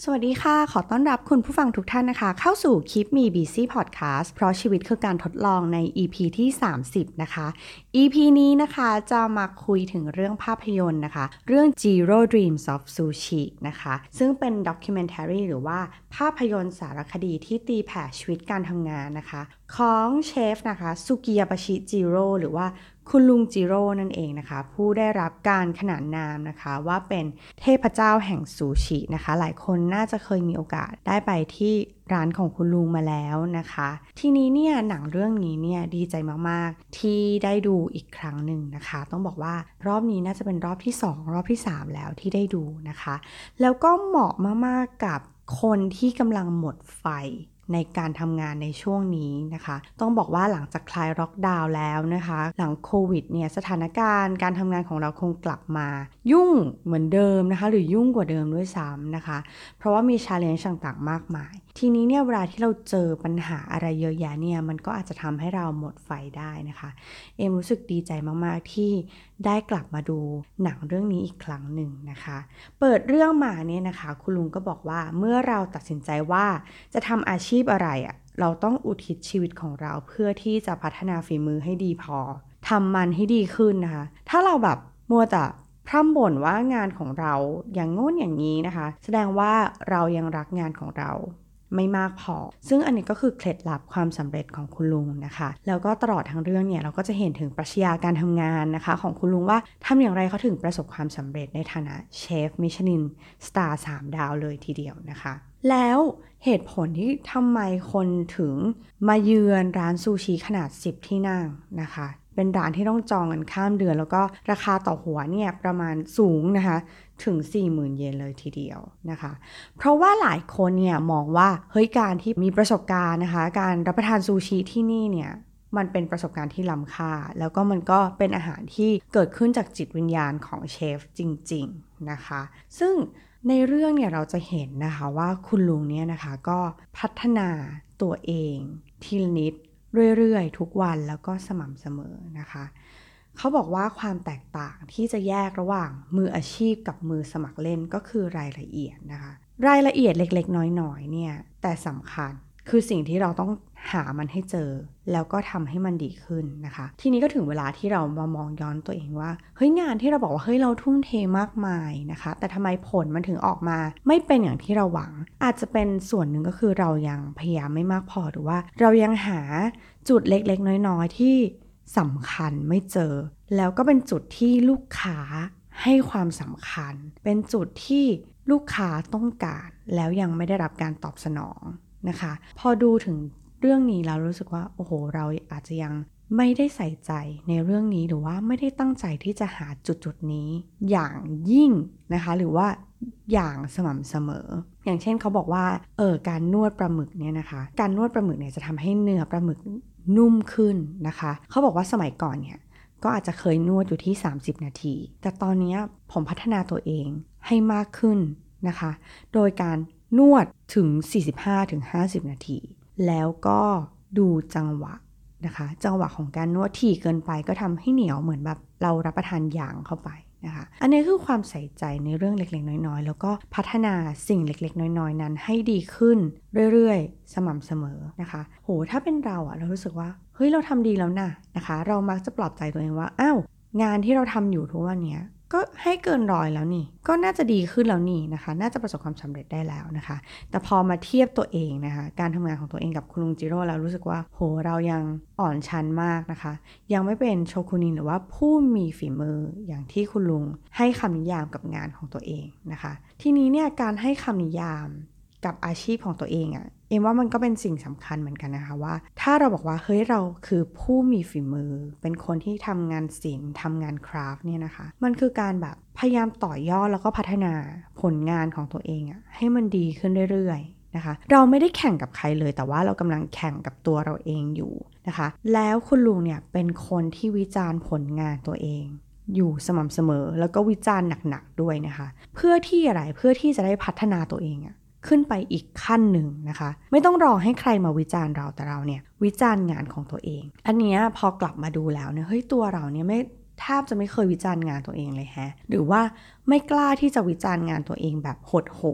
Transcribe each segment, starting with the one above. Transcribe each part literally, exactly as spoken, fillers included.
วัสดีค่ะขอต้อนรับคุณผู้ฟังทุกท่านนะคะเข้าสู่ Keep Me Busy Podcast เพราะชีวิตคือการทดลองใน อี พี ที่สามสิบนะคะ อี พี นี้นะคะจะมาคุยถึงเรื่องภาพยนตร์นะคะเรื่อง Jiro Dreams of Sushi นะคะซึ่งเป็น documentary หรือว่าภาพยนตร์สารคดีที่ตีแผ่ชีวิตการทำงานนะคะของเชฟนะคะซุกิยาบาชิจิโร่หรือว่าคุณลุงจิโร่นั่นเองนะคะผู้ได้รับการขนานนามนะคะว่าเป็นเทพเจ้าแห่งซูชินะคะหลายคนน่าจะเคยมีโอกาสได้ไปที่ร้านของคุณลุงมาแล้วนะคะทีนี้เนี่ยหนังเรื่องนี้เนี่ยดีใจมากๆที่ได้ดูอีกครั้งหนึ่งนะคะต้องบอกว่ารอบนี้น่าจะเป็นรอบที่สองรอบที่สามแล้วที่ได้ดูนะคะแล้วก็เหมาะมากๆกับคนที่กำลังหมดไฟในการทำงานในช่วงนี้นะคะต้องบอกว่าหลังจากคลายล็อกดาวน์แล้วนะคะหลังโควิดเนี่ยสถานการณ์การทำงานของเราคงกลับมายุ่งเหมือนเดิมนะคะหรือยุ่งกว่าเดิมด้วยซ้ำนะคะเพราะว่ามี challenge ต่างๆมากมายทีนี้เนี่ยเวลาที่เราเจอปัญหาอะไรเยอะแยะเนี่ยมันก็อาจจะทำให้เราหมดไฟได้นะคะเอมรู้สึกดีใจมากๆที่ได้กลับมาดูหนังเรื่องนี้อีกครั้งหนึ่งนะคะเปิดเรื่องมาเนี่ยนะคะคุณลุงก็บอกว่าเมื่อเราตัดสินใจว่าจะทำอาชีพอะไรอ่ะเราต้องอุทิศชีวิตของเราเพื่อที่จะพัฒนาฝีมือให้ดีพอทำมันให้ดีขึ้นนะคะถ้าเราแบบมัวแต่พร่ำบ่นว่างานของเราอย่างโน้นอย่างนี้นะคะแสดงว่าเรายังรักงานของเราไม่มากพอซึ่งอันนี้ก็คือเคล็ดลับความสำเร็จของคุณลุงนะคะแล้วก็ตลอดทั้งเรื่องเนี่ยเราก็จะเห็นถึงปรัชญาการทำงานนะคะของคุณลุงว่าทำอย่างไรเขาถึงประสบความสำเร็จในฐานะเชฟมิชลินสตาร์สามดาวเลยทีเดียวนะคะแล้วเหตุผลที่ทำไมคนถึงมาเยือนร้านซูชิขนาดสิบที่นั่งนะคะเป็นร้านที่ต้องจองกันข้ามเดือนแล้วก็ราคาต่อหัวเนี่ยประมาณสูงนะคะถึง สี่หมื่น เยนเลยทีเดียวนะคะเพราะว่าหลายคนเนี่ยมองว่าเฮ้ยการที่มีประสบการณ์นะคะการรับประทานซูชิที่นี่เนี่ยมันเป็นประสบการณ์ที่ล้ำค่าแล้วก็มันก็เป็นอาหารที่เกิดขึ้นจากจิตวิญญาณของเชฟจริงๆนะคะซึ่งในเรื่องเนี่ยเราจะเห็นนะคะว่าคุณลุงเนี่ยนะคะก็พัฒนาตัวเองทีละนิดเรื่อยๆทุกวันแล้วก็สม่ำเสมอนะคะเขาบอกว่าความแตกต่างที่จะแยกระหว่างมืออาชีพกับมือสมัครเล่นก็คือรายละเอียดนะคะรายละเอียดเล็กๆน้อยๆเนี่ยแต่สำคัญคือสิ่งที่เราต้องหามันให้เจอแล้วก็ทำให้มันดีขึ้นนะคะทีนี้ก็ถึงเวลาที่เรามามองย้อนตัวเองว่าเฮ้ยงานที่เราบอกว่าเฮ้ยเราทุ่มเทมากมายนะคะแต่ทำไมผลมันถึงออกมาไม่เป็นอย่างที่เราหวังอาจจะเป็นส่วนหนึ่งก็คือเรายังพยายามไม่มากพอหรือว่าเรายังหาจุดเล็กๆน้อยๆที่สำคัญไม่เจอแล้วก็เป็นจุดที่ลูกค้าให้ความสำคัญเป็นจุดที่ลูกค้าต้องการแล้วยังไม่ได้รับการตอบสนองนะคะพอดูถึงเรื่องนี้เรารู้สึกว่าโอ้โหเราอาจจะยังไม่ได้ใส่ใจในเรื่องนี้หรือว่าไม่ได้ตั้งใจที่จะหาจุดจุดนี้อย่างยิ่งนะคะหรือว่าอย่างสม่ำเสมออย่างเช่นเขาบอกว่าเออการนวดปลาหมึกเนี่ยนะคะการนวดปลาหมึกเนี่ยจะทำให้เนื้อปลาหมึกนุ่มขึ้นนะคะเขาบอกว่าสมัยก่อนเนี่ยก็อาจจะเคยนวดอยู่ที่สามสิบนาทีแต่ตอนนี้ผมพัฒนาตัวเองให้มากขึ้นนะคะโดยการนวดถึง สี่สิบห้าถึงห้าสิบ นาทีแล้วก็ดูจังหวะนะคะจังหวะของการนวดถี่เกินไปก็ทำให้เหนียวเหมือนแบบเรารับประทานยางเข้าไปนะคะอันนี้คือความใส่ใจในเรื่องเล็กๆน้อยๆแล้วก็พัฒนาสิ่งเล็กๆน้อยๆนั้นให้ดีขึ้นเรื่อยๆสม่ำเสมอนะคะโหถ้าเป็นเราอะเรารู้สึกว่าเฮ้ยเราทำดีแล้วนะนะคะเรามักจะปลอบใจตัวเองว่าอ้าวงานที่เราทำอยู่ทุกวันนี้ก็ให้เกินร้อยแล้วนี่ก็น่าจะดีขึ้นแล้วนี่นะคะน่าจะประสบความสำเร็จได้แล้วนะคะแต่พอมาเทียบตัวเองนะคะการทำงานของตัวเองกับคุณลุงจิโร่แล้วรู้สึกว่าโหเรายังอ่อนชั้นมากนะคะยังไม่เป็นโชคุนินหรือว่าผู้มีฝีมืออย่างที่คุณลุงให้คำนิยามกับงานของตัวเองนะคะทีนี้เนี่ยการให้คำนิยามกับอาชีพของตัวเองอะเอ็มว่ามันก็เป็นสิ่งสำคัญเหมือนกันนะคะว่าถ้าเราบอกว่าเฮ้ยเราคือผู้มีฝีมือเป็นคนที่ทำงานศิลป์ทำงานคราฟต์เนี่ยนะคะมันคือการแบบพยายามต่อยอดแล้วก็พัฒนาผลงานของตัวเองอะให้มันดีขึ้นเรื่อยๆนะคะเราไม่ได้แข่งกับใครเลยแต่ว่าเรากำลังแข่งกับตัวเราเองอยู่นะคะแล้วคุณลุงเนี่ยเป็นคนที่วิจารณ์ผลงานตัวเองอยู่สม่ำเสมอแล้วก็วิจารณ์หนักๆด้วยนะคะเพื่อที่อะไรเพื่อที่จะได้พัฒนาตัวเองอะขึ้นไปอีกขั้นหนึ่งนะคะไม่ต้องรอให้ใครมาวิจารณ์เราแต่เราเนี่ยวิจารณ์งานของตัวเองอันเนี้ยพอกลับมาดูแล้วเนี่ยเฮ้ยตัวเราเนี่ยไม่แทบจะไม่เคยวิจารณ์งานตัวเองเลยแฮะหรือว่าไม่กล้าที่จะวิจารณ์งานตัวเองแบบโหดๆ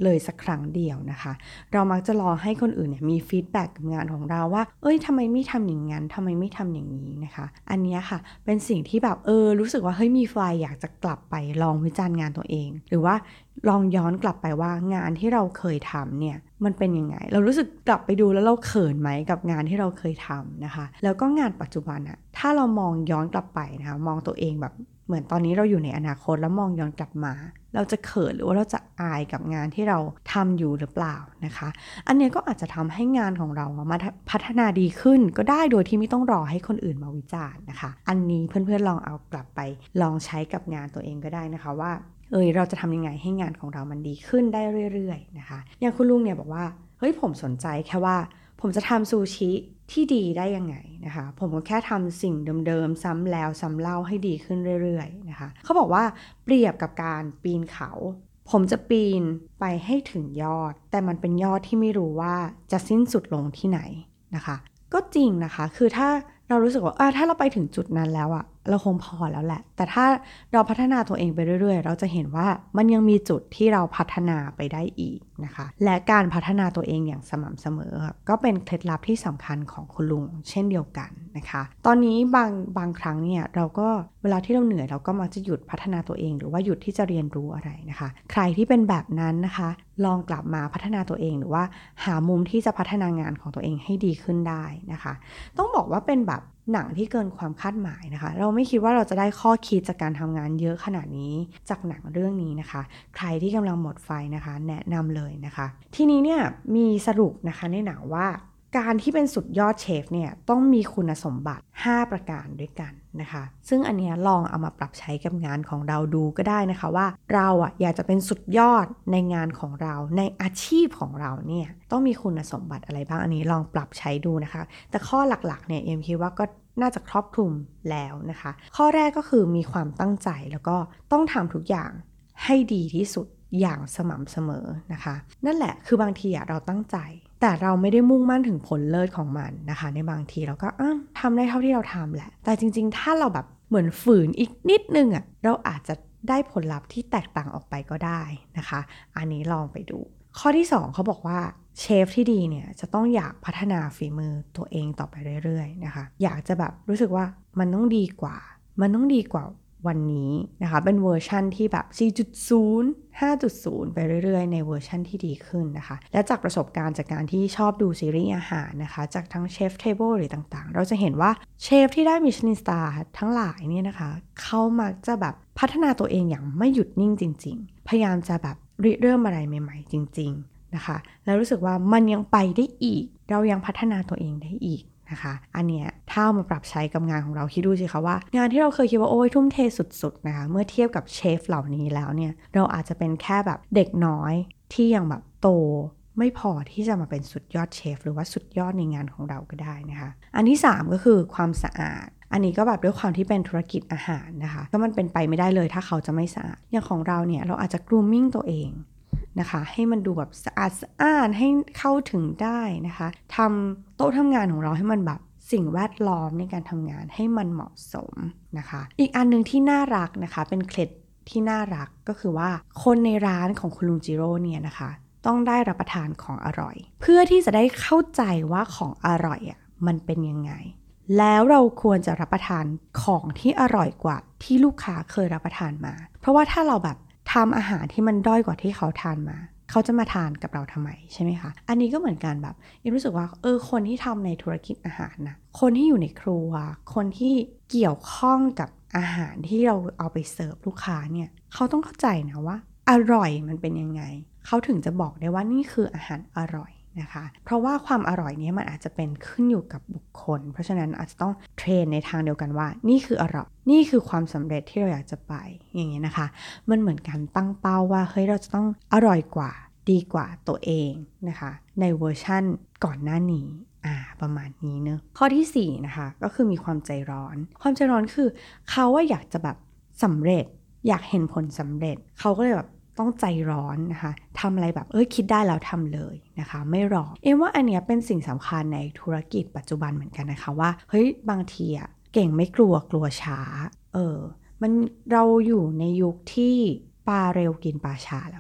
เลยสักครั้งเดียวนะคะเรามักจะรอให้คนอื่นเนี่ยมีฟีดแบ็กกับงานของเราว่าเอ้ยทำไมไม่ทำอย่างนั้นทำไมไม่ทำอย่างนี้นะคะอันนี้ค่ะเป็นสิ่งที่แบบเออรู้สึกว่าเฮ้ยมีไฟอยากจะกลับไปลองวิจารณ์งานตัวเองหรือว่าลองย้อนกลับไปว่างานที่เราเคยทำเนี่ยมันเป็นยังไงเรารู้สึกกลับไปดูแล้วเราเขินไหมกับงานที่เราเคยทำนะคะแล้วก็งานปัจจุบันอะถ้าเรามองย้อนกลับไปนะคะมองตัวเองแบบเหมือนตอนนี้เราอยู่ในอนาคตแล้วมองย้อนกลับมาเราจะเขินหรือว่าเราจะอายกับงานที่เราทำอยู่หรือเปล่านะคะอันนี้ก็อาจจะทำให้งานของเรามาพัฒนาดีขึ้นก็ได้โดยที่ไม่ต้องรอให้คนอื่นมาวิจารณ์นะคะอันนี้เพื่อนๆลองเอากลับไปลองใช้กับงานตัวเองก็ได้นะคะว่าเออเราจะทำยังไงให้งานของเรามันดีขึ้นได้เรื่อยๆนะคะอย่างคุณลุงเนี่ยบอกว่าเฮ้ยผมสนใจแค่ว่าผมจะทำซูชิที่ดีได้ยังไงนะคะผมก็แค่ทำสิ่งเดิมๆซ้ำแล้วซ้ำเล่าให้ดีขึ้นเรื่อยๆนะคะเขาบอกว่าเปรียบกับการปีนเขาผมจะปีนไปให้ถึงยอดแต่มันเป็นยอดที่ไม่รู้ว่าจะสิ้นสุดลงที่ไหนนะคะก็จริงนะคะคือถ้าเรารู้สึกว่าถ้าเราไปถึงจุดนั้นแล้วอะเราคงพอแล้วแหละแต่ถ้าเราพัฒนาตัวเองไปเรื่อยๆเราจะเห็นว่ามันยังมีจุดที่เราพัฒนาไปได้อีกนะคะและการพัฒนาตัวเองอย่างสม่ำเสมอก็เป็นเคล็ดลับที่สำคัญของคุณลุงเช่นเดียวกันนะคะตอนนี้บางบางครั้งเนี่ยเราก็เวลาที่เราเหนื่อยเราก็มักจะหยุดพัฒนาตัวเองหรือว่าหยุดที่จะเรียนรู้อะไรนะคะใครที่เป็นแบบนั้นนะคะลองกลับมาพัฒนาตัวเองหรือว่าหามุมที่จะพัฒนางานของตัวเองให้ดีขึ้นได้นะคะต้องบอกว่าเป็นแบบหนังที่เกินความคาดหมายนะคะเราไม่คิดว่าเราจะได้ข้อคิดจากการทำงานเยอะขนาดนี้จากหนังเรื่องนี้นะคะใครที่กำลังหมดไฟนะคะแนะนำเลยนะคะทีนี้เนี่ยมีสรุปนะคะในหนังว่าการที่เป็นสุดยอดเชฟเนี่ยต้องมีคุณสมบัติห้าประการด้วยกันนะคะซึ่งอันเนี้ยลองเอามาปรับใช้กับงานของเราดูก็ได้นะคะว่าเราอ่ะอยากจะเป็นสุดยอดในงานของเราในอาชีพของเราเนี่ยต้องมีคุณสมบัติอะไรบ้างอันนี้ลองปรับใช้ดูนะคะแต่ข้อหลักๆเนี่ยเอ็มคิดว่าก็น่าจะครอบคลุมแล้วนะคะข้อแรกก็คือมีความตั้งใจแล้วก็ต้องทำทุกอย่างให้ดีที่สุดอย่างสม่ำเสมอนะคะนั่นแหละคือบางทีอะเราตั้งใจแต่เราไม่ได้มุ่งมั่นถึงผลเลิศของมันนะคะในบางทีเราก็ทำได้เท่าที่เราทำแหละแต่จริงๆถ้าเราแบบเหมือนฝืนอีกนิดนึงอะเราอาจจะได้ผลลัพธ์ที่แตกต่างออกไปก็ได้นะคะอันนี้ลองไปดูข้อที่สองเขาบอกว่าเชฟที่ดีเนี่ยจะต้องอยากพัฒนาฝีมือตัวเองต่อไปเรื่อยๆนะคะอยากจะแบบรู้สึกว่ามันต้องดีกว่ามันต้องดีกว่าวันนี้นะคะเป็นเวอร์ชั่นที่แบบ สี่จุดศูนย์ ห้าจุดศูนย์ ไปเรื่อยๆในเวอร์ชั่นที่ดีขึ้นนะคะและจากประสบการณ์จากการที่ชอบดูซีรีส์อาหารนะคะจากทั้งเชฟเทเบิลหรือต่างๆเราจะเห็นว่าเชฟที่ได้มิชลินสตาร์ทั้งหลายเนี่ยนะคะเขามักจะแบบพัฒนาตัวเองอย่างไม่หยุดนิ่งจริงๆพยายามจะแบบริเริ่มอะไรใหม่ๆจริงๆนะคะแล้วรู้สึกว่ามันยังไปได้อีกเรายังพัฒนาตัวเองได้อีกนะคะอันเนี้ยถ้าเอามาปรับใช้กับงานของเราคิดดูสิคะว่างานที่เราเคยคิดว่าโอ้ยทุ่มเทสุดๆนะคะเมื่อเทียบกับเชฟเหล่านี้แล้วเนี่ยเราอาจจะเป็นแค่แบบเด็กน้อยที่ยังแบบโตไม่พอที่จะมาเป็นสุดยอดเชฟหรือว่าสุดยอดในงานของเราก็ได้นะคะอันที่สามก็คือความสะอาดอันนี้ก็แบบด้วยความที่เป็นธุรกิจอาหารนะคะก็มันเป็นไปไม่ได้เลยถ้าเขาจะไม่สะอาดอย่างของเราเนี่ยเราอาจจะ grooming ตัวเองนะคะให้มันดูแบบสะอาดสะอ้านให้เข้าถึงได้นะคะทำโต๊ะทำงานของเราให้มันแบบสิ่งแวดล้อมในการทำงานให้มันเหมาะสมนะคะอีกอันนึงที่น่ารักนะคะเป็นเคล็ดที่น่ารักก็คือว่าคนในร้านของคุณลุงจิโร่เนี่ยนะคะต้องได้รับประทานของอร่อยเพื่อที่จะได้เข้าใจว่าของอร่อยอ่ะมันเป็นยังไงแล้วเราควรจะรับประทานของที่อร่อยกว่าที่ลูกค้าเคยรับประทานมาเพราะว่าถ้าเราแบบทำอาหารที่มันด้อยกว่าที่เขาทานมาเขาจะมาทานกับเราทำไมใช่ไหมคะอันนี้ก็เหมือนกันแบบยังรู้สึกว่าเออคนที่ทำในธุรกิจอาหารนะคนที่อยู่ในครัวคนที่เกี่ยวข้องกับอาหารที่เราเอาไปเสิร์ฟลูกค้าเนี่ยเขาต้องเข้าใจนะว่าอร่อยมันเป็นยังไงเขาถึงจะบอกได้ว่านี่คืออาหารอร่อยนะคะเพราะว่าความอร่อยนี้มันอาจจะเป็นขึ้นอยู่กับบุคคลเพราะฉะนั้นอาจจะต้องเทรนในทางเดียวกันว่านี่คืออร่อยนี่คือความสำเร็จที่เราอยากจะไปอย่างเงี้ยนะคะมันเหมือนการตั้งเป้าว่าเฮ้ยเราจะต้องอร่อยกว่าดีกว่าตัวเองนะคะในเวอร์ชั่นก่อนหน้านี้อ่าประมาณนี้เนอะข้อที่สี่นะคะก็คือมีความใจร้อนความใจร้อนคือเขาว่าอยากจะแบบสำเร็จอยากเห็นผลสำเร็จเขาก็เลยแบบต้องใจร้อนนะคะทำอะไรแบบเอ้ยคิดได้แล้วทำเลยนะคะไม่รอเอ็มว่าอันเนี้ยเป็นสิ่งสำคัญในธุรกิจปัจจุบันเหมือนกันนะคะว่าเฮ้ยบางทีอะเก่งไม่กลัวกลัวช้าเออมันเราอยู่ในยุคที่ปลาเร็วกินปลาช้าแล้วอะ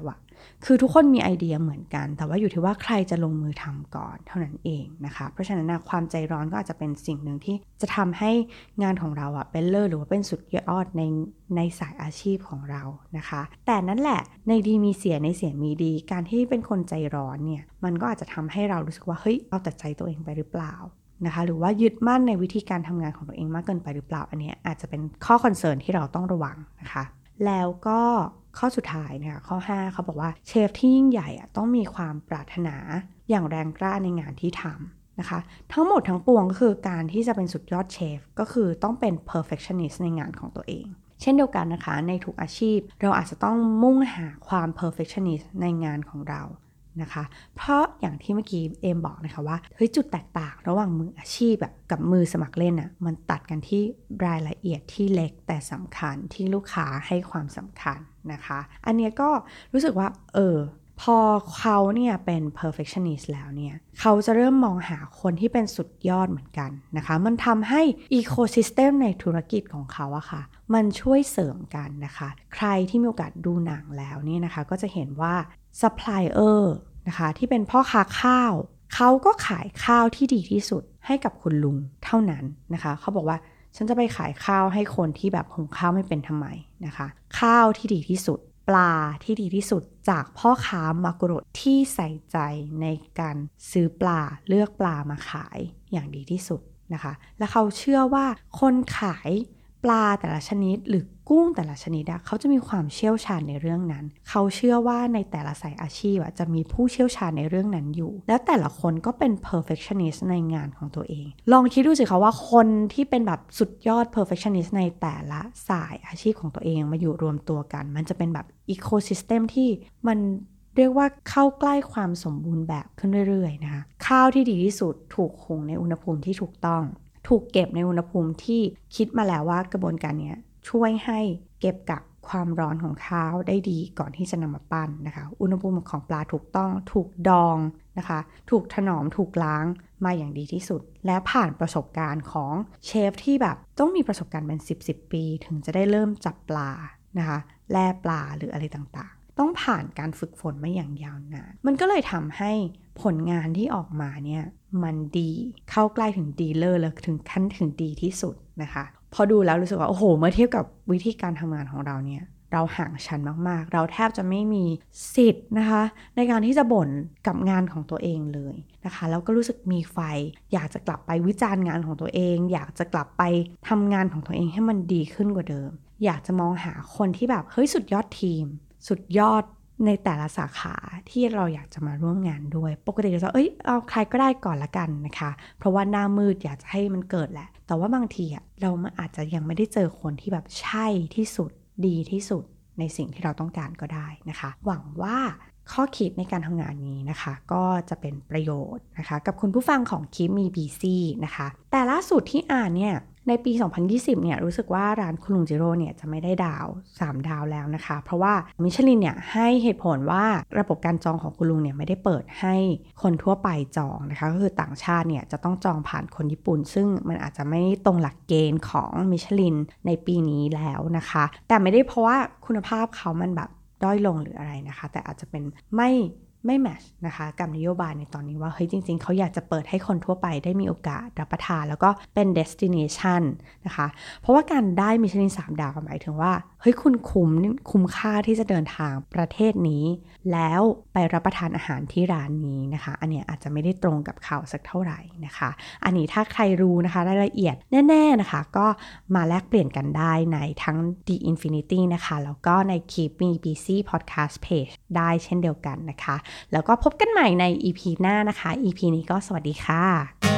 คือทุกคนมีไอเดียเหมือนกันแต่ว่าอยู่ที่ว่าใครจะลงมือทำก่อนเท่านั้นเองนะคะเพราะฉะนั้นนะความใจร้อนก็อาจจะเป็นสิ่งหนึ่งที่จะทำให้งานของเราอะเป็นเลิศหรือว่าเป็นสุดยอดในในสายอาชีพของเรานะคะแต่นั่นแหละในดีมีเสียในเสียมีดีการที่เป็นคนใจร้อนเนี่ยมันก็อาจจะทำให้เรารู้สึกว่าเฮ้ยเอาแต่ใจตัวเองไปหรือเปล่านะคะหรือว่ายึดมั่นในวิธีการทำงานของตัวเองมากเกินไปหรือเปล่าอันนี้อาจจะเป็นข้อคอนเซิร์นที่เราต้องระวังนะคะแล้วก็ข้อสุดท้ายนะคะข้อห้าเขาบอกว่าเชฟที่ยิ่งใหญ่อะต้องมีความปรารถนาอย่างแรงกล้าในงานที่ทำนะคะทั้งหมดทั้งปวงก็คือการที่จะเป็นสุดยอดเชฟก็คือต้องเป็น perfectionist ในงานของตัวเองเช่นเดียวกันนะคะในทุกอาชีพเราอาจจะต้องมุ่งหาความ perfectionist ในงานของเรานะคะเพราะอย่างที่เมื่อกี้เอมบอกนะคะว่าเฮ้ยจุดแตกต่างระหว่างมืออาชีพแบบกับมือสมัครเล่นอ่ะมันตัดกันที่รายละเอียดที่เล็กแต่สำคัญที่ลูกค้าให้ความสำคัญนะคะอันนี้ก็รู้สึกว่าเออพอเขาเนี่ยเป็น perfectionist แล้วเนี่ยเขาจะเริ่มมองหาคนที่เป็นสุดยอดเหมือนกันนะคะมันทำให้ ecosystem ในธุรกิจของเขาอะค่ะมันช่วยเสริมกันนะคะใครที่มีโอกาสดูหนังแล้วเนี่ยนะคะก็จะเห็นว่า supplier นะคะที่เป็นพ่อค้าข้าวเขาก็ขายข้าวที่ดีที่สุดให้กับคุณลุงเท่านั้นนะคะเขาบอกว่าฉันจะไปขายข้าวให้คนที่แบบหุงข้าวไม่เป็นทำไมนะคะข้าวที่ดีที่สุดปลาที่ดีที่สุดจากพ่อค้ามากุโรที่ใส่ใจในการซื้อปลาเลือกปลามาขายอย่างดีที่สุดนะคะและเขาเชื่อว่าคนขายปลาแต่ละชนิดหรือกุ้งแต่ละชนิดอะเขาจะมีความเชี่ยวชาญในเรื่องนั้นเขาเชื่อว่าในแต่ละสายอาชีพอะจะมีผู้เชี่ยวชาญในเรื่องนั้นอยู่แล้วแต่ละคนก็เป็น perfectionist ในงานของตัวเองลองคิดดูสิคะว่าคนที่เป็นแบบสุดยอด perfectionist ในแต่ละสายอาชีพของตัวเองมาอยู่รวมตัวกันมันจะเป็นแบบ ecosystem ที่มันเรียกว่าเข้าใกล้ความสมบูรณ์แบบขึ้นเรื่อยๆนะคะข้าวที่ดีที่สุดถูกหุงในอุณหภูมิที่ถูกต้องถูกเก็บในอุณหภูมิที่คิดมาแล้วว่ากระบวนการนี้ช่วยให้เก็บกักความร้อนของข้าวได้ดีก่อนที่จะนำมาปั้นนะคะอุณหภูมิของปลาถูกต้องถูกดองนะคะถูกถนอมถูกล้างมาอย่างดีที่สุดและผ่านประสบการณ์ของเชฟที่แบบต้องมีประสบการณ์เป็นสิบ สิบปีถึงจะได้เริ่มจับปลานะคะแล่ปลาหรืออะไรต่างๆต้องผ่านการฝึกฝนมาอย่างยาวนานมันก็เลยทำให้ผลงานที่ออกมาเนี่ยมันดีเข้าใกล้ถึงดีเลอร์แล้วถึงขั้นถึงดีที่สุดนะคะพอดูแล้วรู้สึกว่าโอ้โหเมื่อเทียบกับวิธีการทำงานของเราเนี่ยเราห่างชั้นมากๆเราแทบจะไม่มีสิทธิ์นะคะในการที่จะบ่นกับงานของตัวเองเลยนะคะแล้วก็รู้สึกมีไฟอยากจะกลับไปวิจารณ์งานของตัวเองอยากจะกลับไปทำงานของตัวเองให้มันดีขึ้นกว่าเดิมอยากจะมองหาคนที่แบบเฮ้ยสุดยอดทีมสุดยอดในแต่ละสาขาที่เราอยากจะมาร่วมงานด้วยปกติเราจะเอ้ยเอาใครก็ได้ก่อนละกันนะคะเพราะว่าหน้ามืดอยากจะให้มันเกิดแหละแต่ว่าบางทีอะเราอาจจะยังไม่ได้เจอคนที่แบบใช่ที่สุดดีที่สุดในสิ่งที่เราต้องการก็ได้นะคะหวังว่าข้อคิดในการทำงานนี้นะคะก็จะเป็นประโยชน์นะคะกับคุณผู้ฟังของ Keep Me Busy นะคะแต่ล่าสุดที่อ่านเนี่ยในปีสองพันยี่สิบเนี่ยรู้สึกว่าร้านคุณลุงจิโร่เนี่ยจะไม่ได้ดาวสามดาวแล้วนะคะเพราะว่ามิชลินเนี่ยให้เหตุผลว่าระบบการจองของคุณลุงเนี่ยไม่ได้เปิดให้คนทั่วไปจองนะคะก็คือต่างชาติเนี่ยจะต้องจองผ่านคนญี่ปุ่นซึ่งมันอาจจะไม่ตรงหลักเกณฑ์ของมิชลินในปีนี้แล้วนะคะแต่ไม่ได้เพราะว่าคุณภาพเขามันแบบด้อยลงหรืออะไรนะคะแต่อาจจะเป็นไม่ไม่แมทช์นะคะกับนโยบายในตอนนี้ว่าเฮ้ยจริงๆเขาอยากจะเปิดให้คนทั่วไปได้มีโอกาสรับประทานแล้วก็เป็น destination นะคะเพราะว่าการได้มิชลินสามดาวหมายถึงว่าเฮ้ยคุณคุ้มคุ้มค่าที่จะเดินทางประเทศนี้แล้วไปรับประทานอาหารที่ร้านนี้นะคะอันเนี้ยอาจจะไม่ได้ตรงกับข่าวสักเท่าไหร่นะคะอันนี้ถ้าใครรู้นะคะรายละเอียดแน่ๆนะคะก็มาแลกเปลี่ยนกันได้ในทั้ง The Infinity นะคะแล้วก็ใน Keep Me Busy Podcast Page ได้เช่นเดียวกันนะคะแล้วก็พบกันใหม่ใน อี พี หน้านะคะ อี พี นี้ก็สวัสดีค่ะ